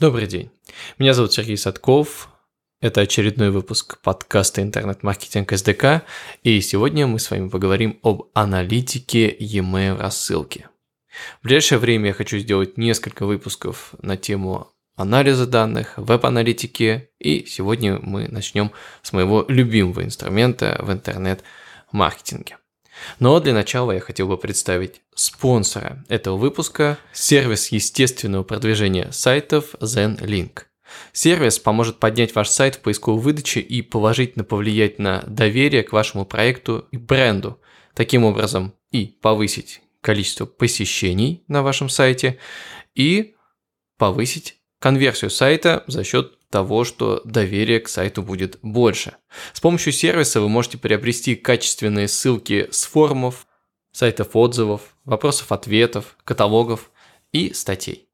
Добрый день. Меня зовут Сергей Садков. Это очередной выпуск подкаста «Интернет-маркетинг СДК», и сегодня мы с вами поговорим об аналитике e-mail рассылки. В ближайшее время я хочу сделать несколько выпусков на тему анализа данных, веб-аналитики, и сегодня мы начнем с моего любимого инструмента в интернет-маркетинге. Но для начала я хотел бы представить спонсора этого выпуска – сервис естественного продвижения сайтов ZenLink. Сервис поможет поднять ваш сайт в поисковой выдаче и положительно повлиять на доверие к вашему проекту и бренду, таким образом и повысить количество посещений на вашем сайте и повысить конверсию сайта за счет того, что доверие к сайту будет больше. С помощью сервиса вы можете приобрести качественные ссылки с форумов, сайтов отзывов, вопросов-ответов, каталогов и статей.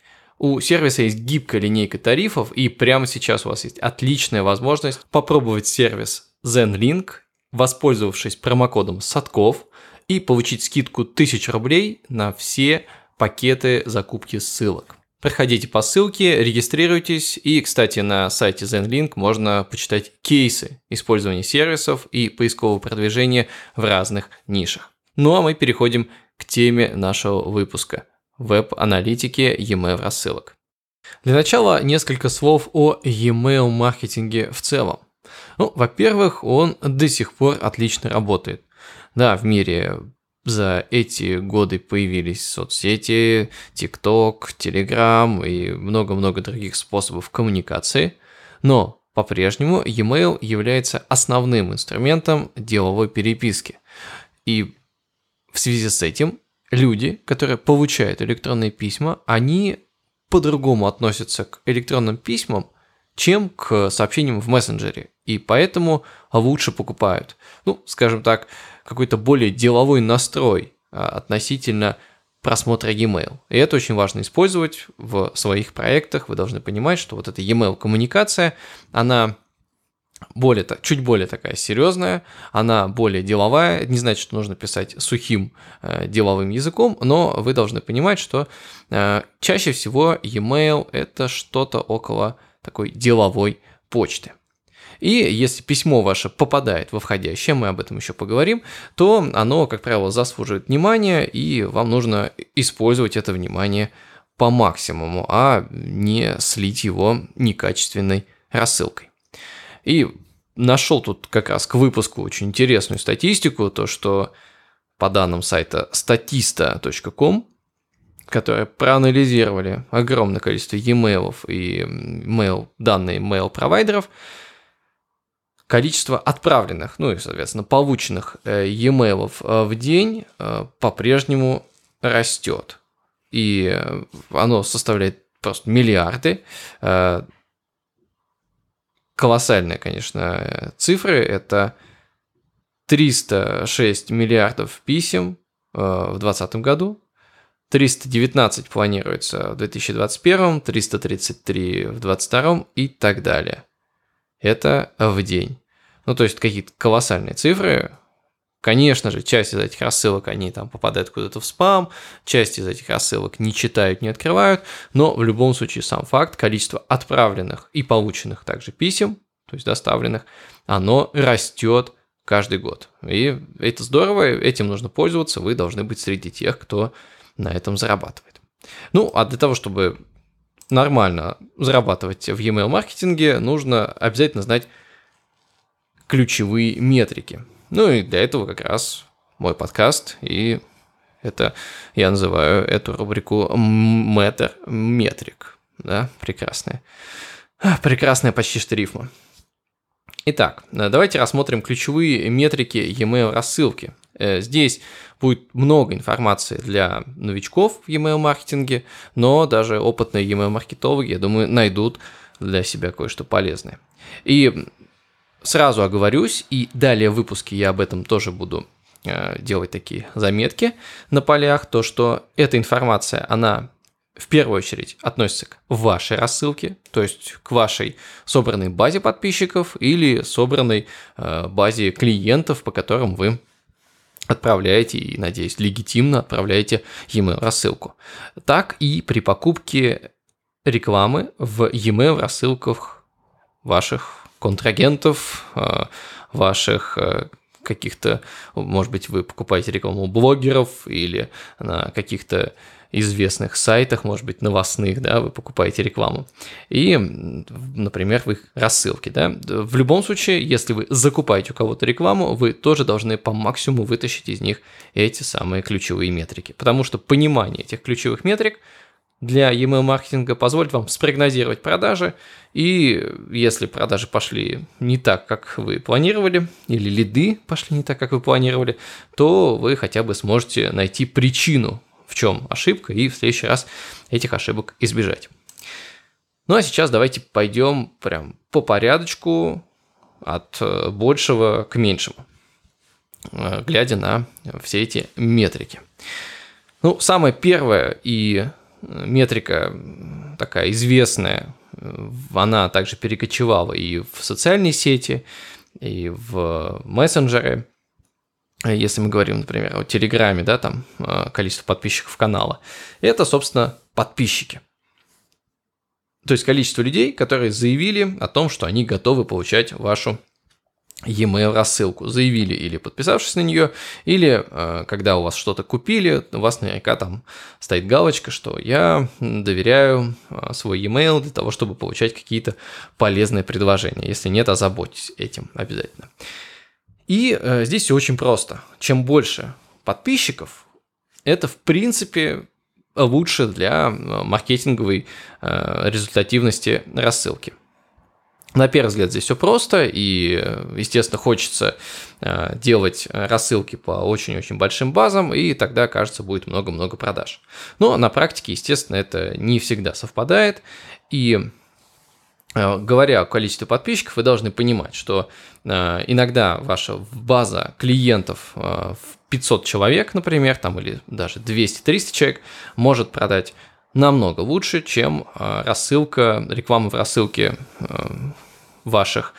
У сервиса есть гибкая линейка тарифов, и прямо сейчас у вас есть отличная возможность попробовать сервис ZenLink, воспользовавшись промокодом Садков, и получить скидку 1000 рублей на все пакеты закупки ссылок. Проходите по ссылке, регистрируйтесь, и, кстати, на сайте ZenLink можно почитать кейсы использования сервисов и поискового продвижения в разных нишах. Ну а мы переходим к теме нашего выпуска – веб-аналитике e-mail рассылок. Для начала несколько слов о e-mail маркетинге в целом. Во-первых, он до сих пор отлично работает. Да, в мире за эти годы появились соцсети, TikTok, Telegram и много-много других способов коммуникации, но по-прежнему e-mail является основным инструментом деловой переписки. И в связи с этим люди, которые получают электронные письма, они по-другому относятся к электронным письмам, чем к сообщениям в мессенджере, и поэтому лучше покупают. Скажем так, какой-то более деловой настрой относительно просмотра e-mail. И это очень важно использовать в своих проектах. Вы должны понимать, что вот эта e-mail коммуникация, она чуть более такая серьезная, она более деловая. Не значит, что нужно писать сухим деловым языком, но вы должны понимать, что чаще всего e-mail – это что-то около такой деловой почты. И если письмо ваше попадает во входящее, мы об этом еще поговорим, то оно, как правило, заслуживает внимания, и вам нужно использовать это внимание по максимуму, а не слить его некачественной рассылкой. И нашел тут как раз к выпуску очень интересную статистику, то что по данным сайта statista.com, которые проанализировали огромное количество e-mail'ов и данные mail-провайдеров, количество отправленных, и, соответственно, полученных e-mail'ов в день по-прежнему растет. И оно составляет просто миллиарды. Колоссальные, конечно, цифры. Это 306 миллиардов писем в 2020 году, 319 планируется в 2021, 333 в 2022 и так далее. Это в день. То есть какие-то колоссальные цифры. Конечно же, часть из этих рассылок, они там попадают куда-то в спам, часть из этих рассылок не читают, не открывают, но в любом случае сам факт, количество отправленных и полученных также писем, то есть доставленных, оно растет каждый год. И это здорово, этим нужно пользоваться, вы должны быть среди тех, кто на этом зарабатывает. А для того, чтобы нормально зарабатывать в e-mail маркетинге, нужно обязательно знать ключевые метрики. И для этого как раз мой подкаст, и это я называю эту рубрику метрик. Да, прекрасная почти что рифма. Итак, давайте рассмотрим ключевые метрики e-mail рассылки. Здесь будет много информации для новичков в e-mail маркетинге, но даже опытные e-mail маркетологи, я думаю, найдут для себя кое-что полезное. И сразу оговорюсь, и далее в выпуске я об этом тоже буду делать такие заметки на полях, то что эта информация, она в первую очередь относится к вашей рассылке, то есть к вашей собранной базе подписчиков или собранной базе клиентов, по которым вы отправляете и, надеюсь, легитимно отправляете e-mail рассылку. Так и при покупке рекламы в e-mail рассылках ваших контрагентов, ваших каких-то, может быть, вы покупаете рекламу у блогеров или на каких-то известных сайтах, может быть, новостных, да, вы покупаете рекламу. И, например, в их рассылке, да. В любом случае, если вы закупаете у кого-то рекламу, вы тоже должны по максимуму вытащить из них эти самые ключевые метрики. Потому что понимание этих ключевых метрик для e-mail маркетинга позволит вам спрогнозировать продажи, и если продажи пошли не так, как вы планировали, или лиды пошли не так, как вы планировали, то вы хотя бы сможете найти причину, в чем ошибка, и в следующий раз этих ошибок избежать. Ну а сейчас давайте пойдем прям по порядочку от большего к меньшему, глядя на все эти метрики. Ну, самое первое и метрика такая известная, она также перекочевала и в социальные сети, и в мессенджеры. Если мы говорим, например, о Телеграме, да, там количество подписчиков канала, это, собственно, подписчики. То есть количество людей, которые заявили о том, что они готовы получать вашу e-mail рассылку. Заявили или подписавшись на нее, или когда у вас что-то купили, у вас наверняка там стоит галочка, что я доверяю свой e-mail для того, чтобы получать какие-то полезные предложения. Если нет, озаботьтесь этим обязательно. И здесь все очень просто. Чем больше подписчиков, это в принципе лучше для маркетинговой результативности рассылки. На первый взгляд здесь все просто, и, естественно, хочется делать рассылки по очень-очень большим базам, и тогда, кажется, будет много-много продаж. Но на практике, естественно, это не всегда совпадает, и говоря о количестве подписчиков, вы должны понимать, что иногда ваша база клиентов в 500 человек, например, там, или даже 200-300 человек может продать намного лучше, чем рассылка, реклама в рассылке ваших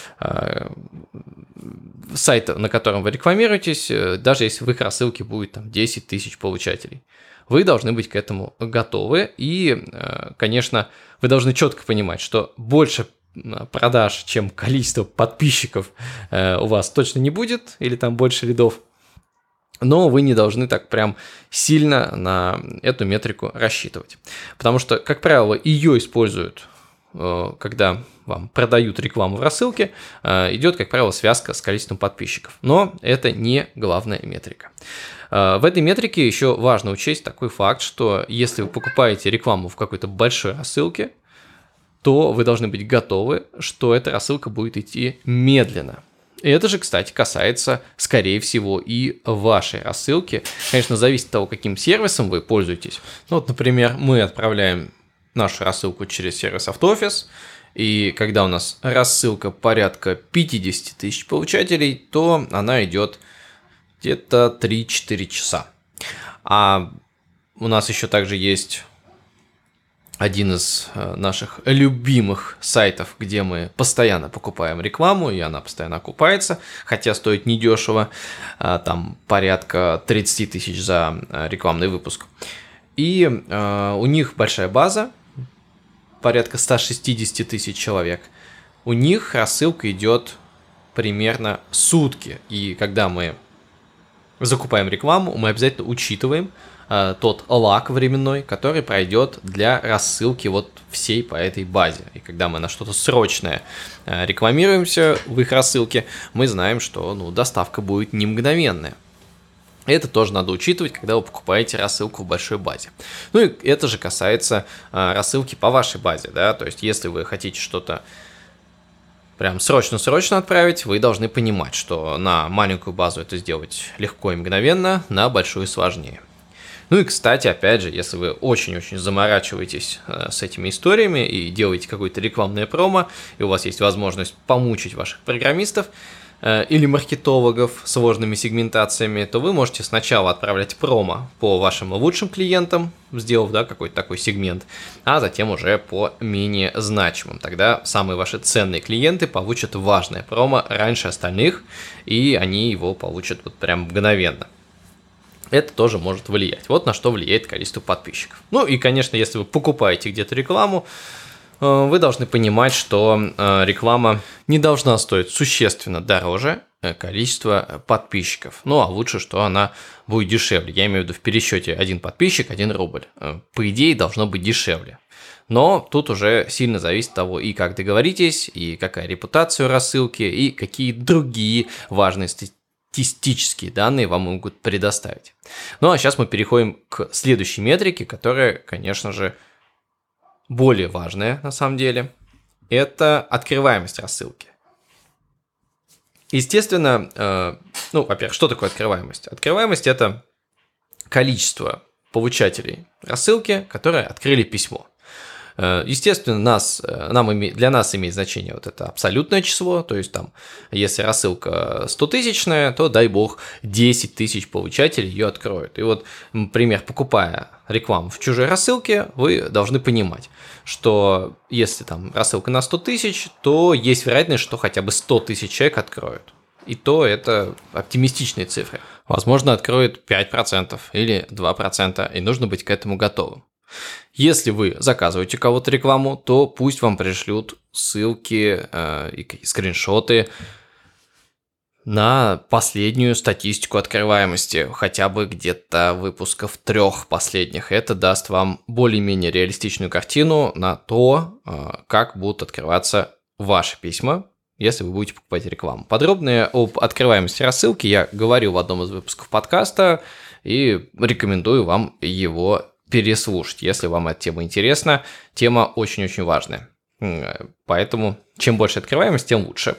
сайта, на котором вы рекламируетесь, даже если в их рассылке будет там 10 тысяч получателей. Вы должны быть к этому готовы, и, конечно, вы должны четко понимать, что больше продаж, чем количество подписчиков у вас точно не будет, или там больше лидов, но вы не должны так прям сильно на эту метрику рассчитывать. Потому что, как правило, ее используют, когда вам продают рекламу в рассылке, идет, как правило, связка с количеством подписчиков. Но это не главная метрика. В этой метрике еще важно учесть такой факт, что если вы покупаете рекламу в какой-то большой рассылке, то вы должны быть готовы, что эта рассылка будет идти медленно. И это же, кстати, касается, скорее всего, и вашей рассылки. Конечно, зависит от того, каким сервисом вы пользуетесь. Ну, вот, например, мы отправляем нашу рассылку через сервис Автоофис, и когда у нас рассылка порядка 50 тысяч получателей, то она идет где-то 3-4 часа. А у нас еще также есть один из наших любимых сайтов, где мы постоянно покупаем рекламу, и она постоянно окупается, хотя стоит недешево, там порядка 30 тысяч за рекламный выпуск. И у них большая база, порядка 160 тысяч человек. У них рассылка идет примерно сутки, и когда мы закупаем рекламу, мы обязательно учитываем тот лаг временной, который пройдет для рассылки вот всей по этой базе. И когда мы на что-то срочное рекламируемся в их рассылке, мы знаем, что доставка будет не мгновенная. Это тоже надо учитывать, когда вы покупаете рассылку в большой базе. Ну и это же касается рассылки по вашей базе, да, то есть если вы хотите что-то прям срочно-срочно отправить, вы должны понимать, что на маленькую базу это сделать легко и мгновенно, на большую сложнее. Ну и, кстати, опять же, если вы очень-очень заморачиваетесь с этими историями и делаете какое-то рекламное промо, и у вас есть возможность помучить ваших программистов или маркетологов сложными сегментациями, то вы можете сначала отправлять промо по вашим лучшим клиентам, сделав какой-то такой сегмент, а затем уже по менее значимым. Тогда самые ваши ценные клиенты получат важное промо раньше остальных, и они его получат вот прям мгновенно. это тоже может влиять. Вот на что влияет количество подписчиков. Ну и, конечно, если вы покупаете где-то рекламу, вы должны понимать, что реклама не должна стоить существенно дороже количества подписчиков. Ну, а лучше, что она будет дешевле. Я имею в виду в пересчете 1 подписчик, 1 рубль. По идее, должно быть дешевле. Но тут уже сильно зависит от того, и как договоритесь, и какая репутация у рассылки, и какие другие важные статистические данные вам могут предоставить. Ну, а сейчас мы переходим к следующей метрике, которая, конечно же, более важная на самом деле. Это открываемость рассылки. Естественно, во-первых, что такое открываемость? Открываемость – это количество получателей рассылки, которые открыли письмо. Естественно, для нас имеет значение вот это абсолютное число, то есть там, если рассылка 100-тысячная, то, дай бог, 10 тысяч получателей ее откроют. И вот, например, покупая рекламу в чужой рассылке, вы должны понимать, что если там рассылка на 100 тысяч, то есть вероятность, что хотя бы 100 тысяч человек откроют. И то это оптимистичные цифры. Возможно, откроют 5% или 2%, и нужно быть к этому готовым. Если вы заказываете у кого-то рекламу, то пусть вам пришлют ссылки и скриншоты на последнюю статистику открываемости, хотя бы где-то выпусков 3 последних. Это даст вам более-менее реалистичную картину на то, как будут открываться ваши письма, если вы будете покупать рекламу. Подробнее об открываемости рассылки я говорил в одном из выпусков подкаста и рекомендую вам его переслушать, если вам эта тема интересна. Тема очень-очень важная. Поэтому чем больше открываемость, тем лучше.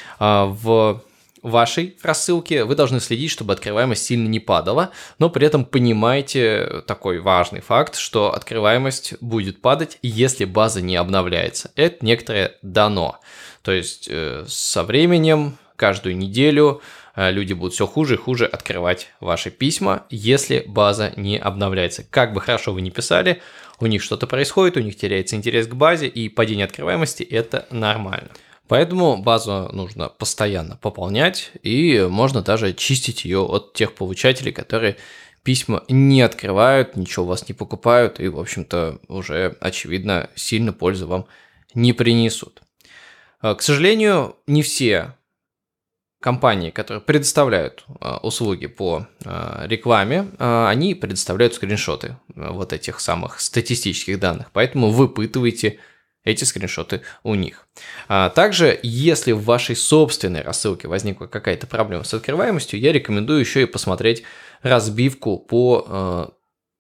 В вашей рассылке вы должны следить, чтобы открываемость сильно не падала, но при этом понимайте такой важный факт, что открываемость будет падать, если база не обновляется. Это некоторое дано. То есть со временем, каждую неделю люди будут все хуже и хуже открывать ваши письма, если база не обновляется. Как бы хорошо вы ни писали, у них что-то происходит, у них теряется интерес к базе, и падение открываемости – это нормально. Поэтому базу нужно постоянно пополнять, и можно даже чистить ее от тех получателей, которые письма не открывают, ничего у вас не покупают, и, в общем-то, уже, очевидно, сильно пользы вам не принесут. К сожалению, не все компании, которые предоставляют услуги по рекламе, они предоставляют скриншоты вот этих самых статистических данных, поэтому выпытывайте эти скриншоты у них. Также, если в вашей собственной рассылке возникла какая-то проблема с открываемостью, я рекомендую еще и посмотреть разбивку по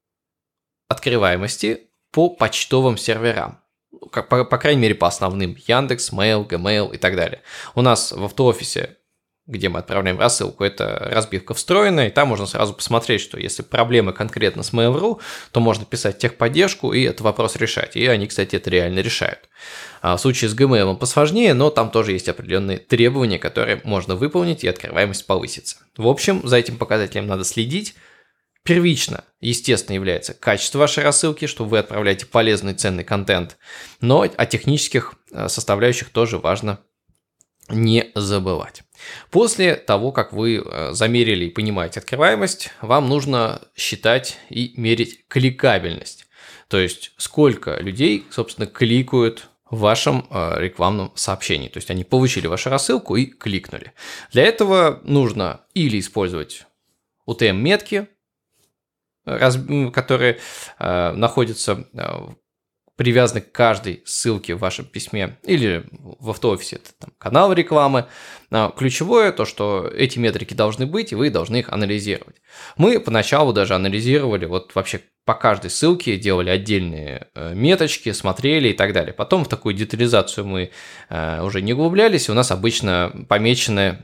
открываемости по почтовым серверам. По крайней мере, по основным: Яндекс, Mail, Gmail и так далее. У нас в автоофисе, где мы отправляем рассылку, это разбивка встроенная, и там можно сразу посмотреть, что если проблемы конкретно с Mail.ru, то можно писать в техподдержку и этот вопрос решать. И они, кстати, это реально решают. В случае с Gmail посложнее, но там тоже есть определенные требования, которые можно выполнить, и открываемость повысится. В общем, за этим показателем надо следить. Первично, естественно, является качество вашей рассылки, что вы отправляете полезный, ценный контент, но о технических составляющих тоже важно не забывать. После того, как вы замерили и понимаете открываемость, вам нужно считать и мерить кликабельность. То есть, сколько людей, собственно, кликают в вашем рекламном сообщении. То есть, они получили вашу рассылку и кликнули. Для этого нужно или использовать UTM-метки, которые находятся привязаны к каждой ссылке в вашем письме, или в автоофисе это там канал рекламы. Ключевое то, что эти метрики должны быть, и вы должны их анализировать. Мы поначалу даже анализировали, вот вообще по каждой ссылке делали отдельные меточки, смотрели и так далее. Потом в такую детализацию мы уже не углублялись, у нас обычно помечены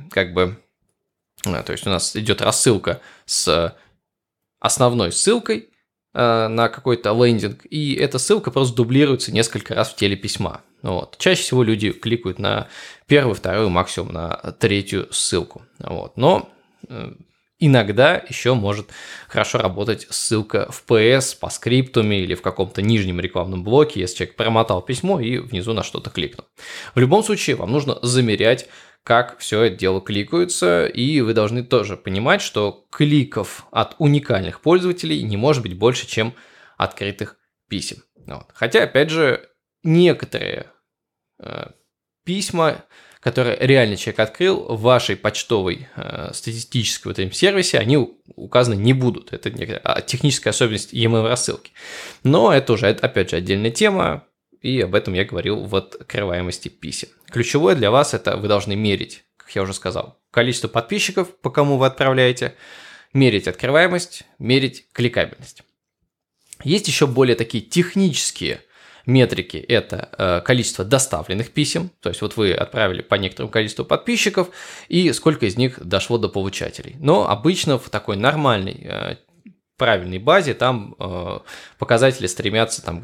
то есть у нас идет рассылка с основной ссылкой на какой-то лендинг, и эта ссылка просто дублируется несколько раз в теле письма. Вот. Чаще всего люди кликают на первую, вторую, максимум на третью ссылку. Вот. Но иногда еще может хорошо работать ссылка в PS по скриптуме или в каком-то нижнем рекламном блоке, если человек промотал письмо и внизу на что-то кликнул. В любом случае, вам нужно замерять как все это дело кликаются, и вы должны тоже понимать, что кликов от уникальных пользователей не может быть больше, чем открытых писем. Вот. Хотя, опять же, некоторые письма, которые реально человек открыл в вашей почтовой статистической вот этом сервисе, они указаны не будут. Это техническая особенность e-mail рассылки. Но это уже, опять же, отдельная тема, и об этом я говорил в открываемости писем. Ключевое для вас это вы должны мерить, как я уже сказал, количество подписчиков, по кому вы отправляете, мерить открываемость, мерить кликабельность. Есть еще более такие технические метрики – это количество доставленных писем, то есть вот вы отправили по некоторому количеству подписчиков, и сколько из них дошло до получателей. Но обычно в такой нормальной, правильной базе там показатели стремятся там, к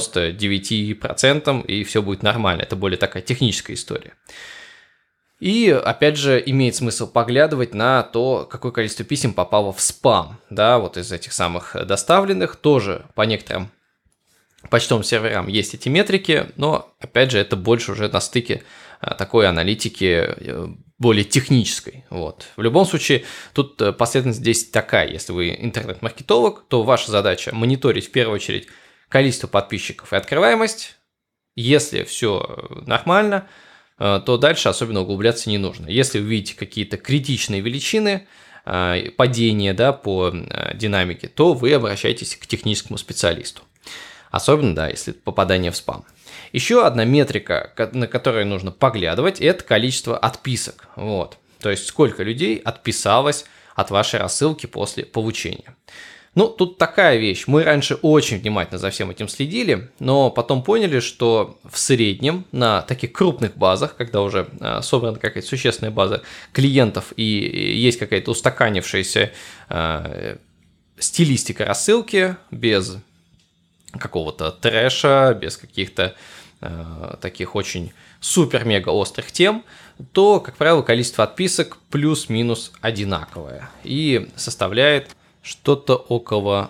99%, и все будет нормально. Это более такая техническая история. И, опять же, имеет смысл поглядывать на то, какое количество писем попало в спам. Да, вот из этих самых доставленных тоже по некоторым почтовым серверам есть эти метрики, но, опять же, это больше уже на стыке такой аналитики более технической. Вот. В любом случае, тут последовательность здесь такая. Если вы интернет-маркетолог, то ваша задача мониторить в первую очередь количество подписчиков и открываемость. Если все нормально, то дальше особенно углубляться не нужно. Если вы видите какие-то критичные величины, падения, да, по динамике, то вы обращаетесь к техническому специалисту. Особенно, да, если попадание в спам. Еще одна метрика, на которую нужно поглядывать, это количество отписок. Вот. То есть, сколько людей отписалось от вашей рассылки после получения. Ну, тут такая вещь. Мы раньше очень внимательно за всем этим следили, но потом поняли, что в среднем на таких крупных базах, когда уже собрана какая-то существенная база клиентов и есть какая-то устаканившаяся стилистика рассылки без какого-то трэша, без каких-то таких очень супер-мега острых тем, то, как правило, количество отписок плюс-минус одинаковое и составляет что-то около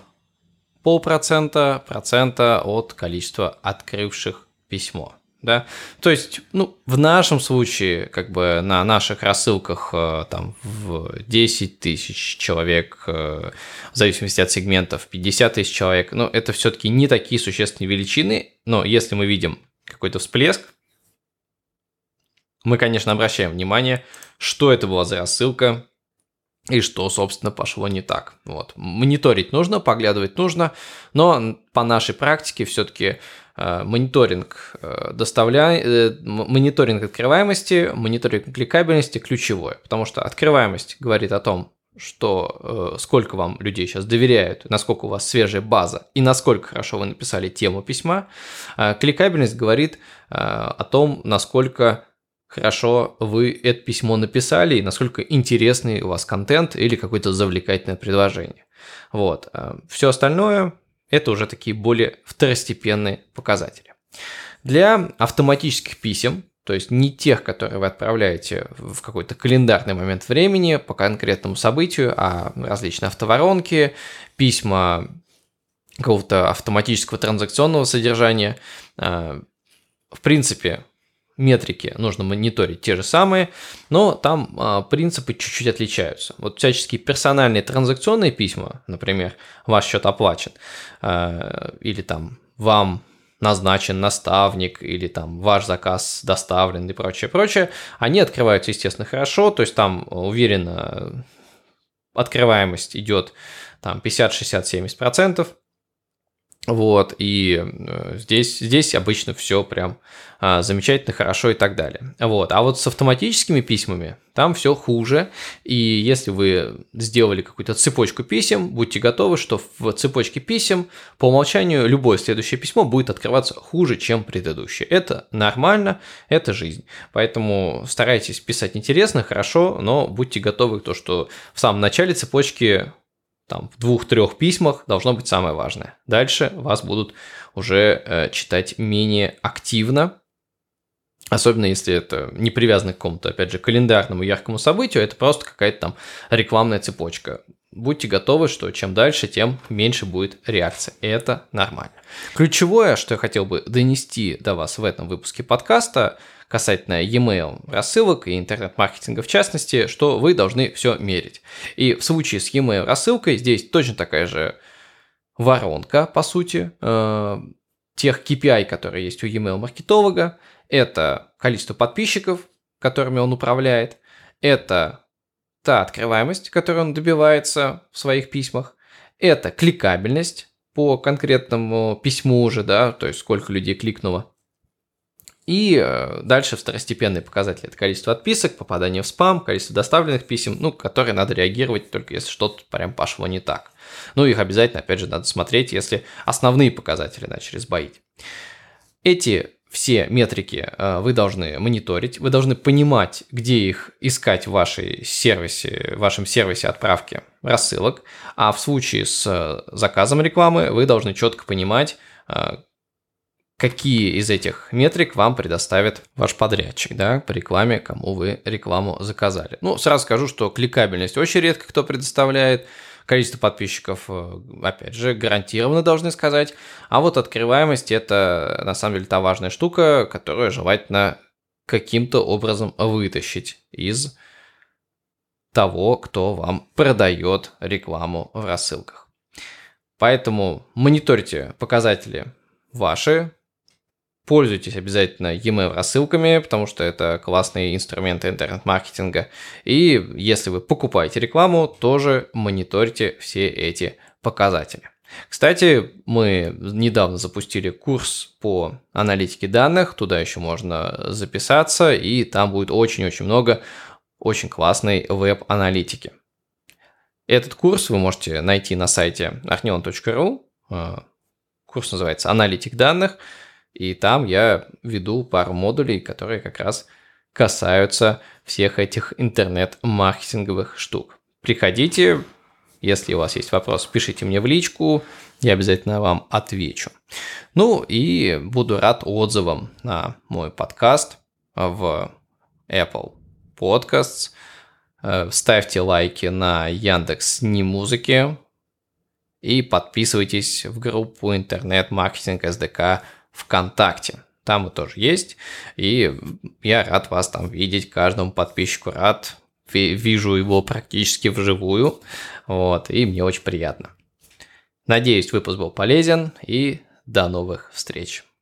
0,5% от количества открывших письмо. Да? То есть, ну, в нашем случае, как бы на наших рассылках там в 10 тысяч человек, в зависимости от сегментов, 50 тысяч человек, но это все-таки не такие существенные величины, но если мы видим какой-то всплеск, мы, конечно, обращаем внимание, что это была за рассылка и что, собственно, пошло не так. Вот. Мониторить нужно, поглядывать нужно, но по нашей практике все-таки мониторинг открываемости, мониторинг кликабельности ключевой, потому что открываемость говорит о том, что сколько вам людей сейчас доверяют, насколько у вас свежая база и насколько хорошо вы написали тему письма. Кликабельность говорит о том, насколько хорошо вы это письмо написали и насколько интересный у вас контент или какое-то завлекательное предложение. Вот. Все остальное – это уже такие более второстепенные показатели. Для автоматических писем, то есть не тех, которые вы отправляете в какой-то календарный момент времени по конкретному событию, а различные автоворонки, письма какого-то автоматического транзакционного содержания, в принципе, метрики нужно мониторить те же самые, но там принципы чуть-чуть отличаются. Вот всяческие персональные транзакционные письма, например, ваш счет оплачен, или там вам назначен наставник, или там ваш заказ доставлен и прочее, они открываются, естественно, хорошо, то есть там уверенно открываемость идет там 50, 60, 70%. Вот, и здесь обычно все прям замечательно, хорошо и так далее. Вот, а вот с автоматическими письмами там все хуже, и если вы сделали какую-то цепочку писем, будьте готовы, что в цепочке писем по умолчанию любое следующее письмо будет открываться хуже, чем предыдущее. Это нормально, это жизнь. Поэтому старайтесь писать интересно, хорошо, но будьте готовы к тому, что в самом начале цепочки там в 2-3 письмах должно быть самое важное. Дальше вас будут уже читать менее активно, особенно если это не привязано к какому-то, опять же, календарному яркому событию, это просто какая-то там рекламная цепочка. будьте готовы, что чем дальше, тем меньше будет реакция. И это нормально. Ключевое, что я хотел бы донести до вас в этом выпуске подкаста, касательно e-mail рассылок и интернет-маркетинга в частности, что вы должны все мерить. И в случае с e-mail рассылкой здесь точно такая же воронка, по сути, тех KPI, которые есть у e-mail маркетолога. Это количество подписчиков, которыми он управляет. Это та открываемость, которую он добивается в своих письмах. Это кликабельность по конкретному письму уже, да, то есть сколько людей кликнуло. И дальше второстепенные показатели. Это количество отписок, попадание в спам, количество доставленных писем, которые надо реагировать только если что-то прям пошло не так. Их обязательно, опять же, надо смотреть, если основные показатели начали сбоить. Эти все метрики вы должны мониторить, вы должны понимать, где их искать в вашем сервисе отправки рассылок, а в случае с заказом рекламы вы должны четко понимать, какие из этих метрик вам предоставит ваш подрядчик, да, по рекламе, кому вы рекламу заказали. Сразу скажу, что кликабельность очень редко кто предоставляет, количество подписчиков, опять же, гарантированно должны сказать, а вот открываемость – это, на самом деле, та важная штука, которую желательно каким-то образом вытащить из того, кто вам продает рекламу в рассылках. Поэтому мониторьте показатели ваши, пользуйтесь обязательно e-mail рассылками, потому что это классные инструменты интернет-маркетинга. И если вы покупаете рекламу, тоже мониторьте все эти показатели. Кстати, мы недавно запустили курс по аналитике данных, туда еще можно записаться, и там будет очень-очень много очень классной веб-аналитики. Этот курс вы можете найти на сайте arnion.ru. Курс называется «Аналитик данных». И там я веду пару модулей, которые как раз касаются всех этих интернет-маркетинговых штук. Приходите, если у вас есть вопрос, пишите мне в личку, я обязательно вам отвечу. И буду рад отзывам на мой подкаст в Apple Podcasts. Ставьте лайки на Яндекс.Музыке и подписывайтесь в группу интернет-маркетинг СДК ВКонтакте. Там мы тоже есть, и я рад вас там видеть, каждому подписчику рад, вижу его практически вживую, и мне очень приятно. Надеюсь, выпуск был полезен, и до новых встреч.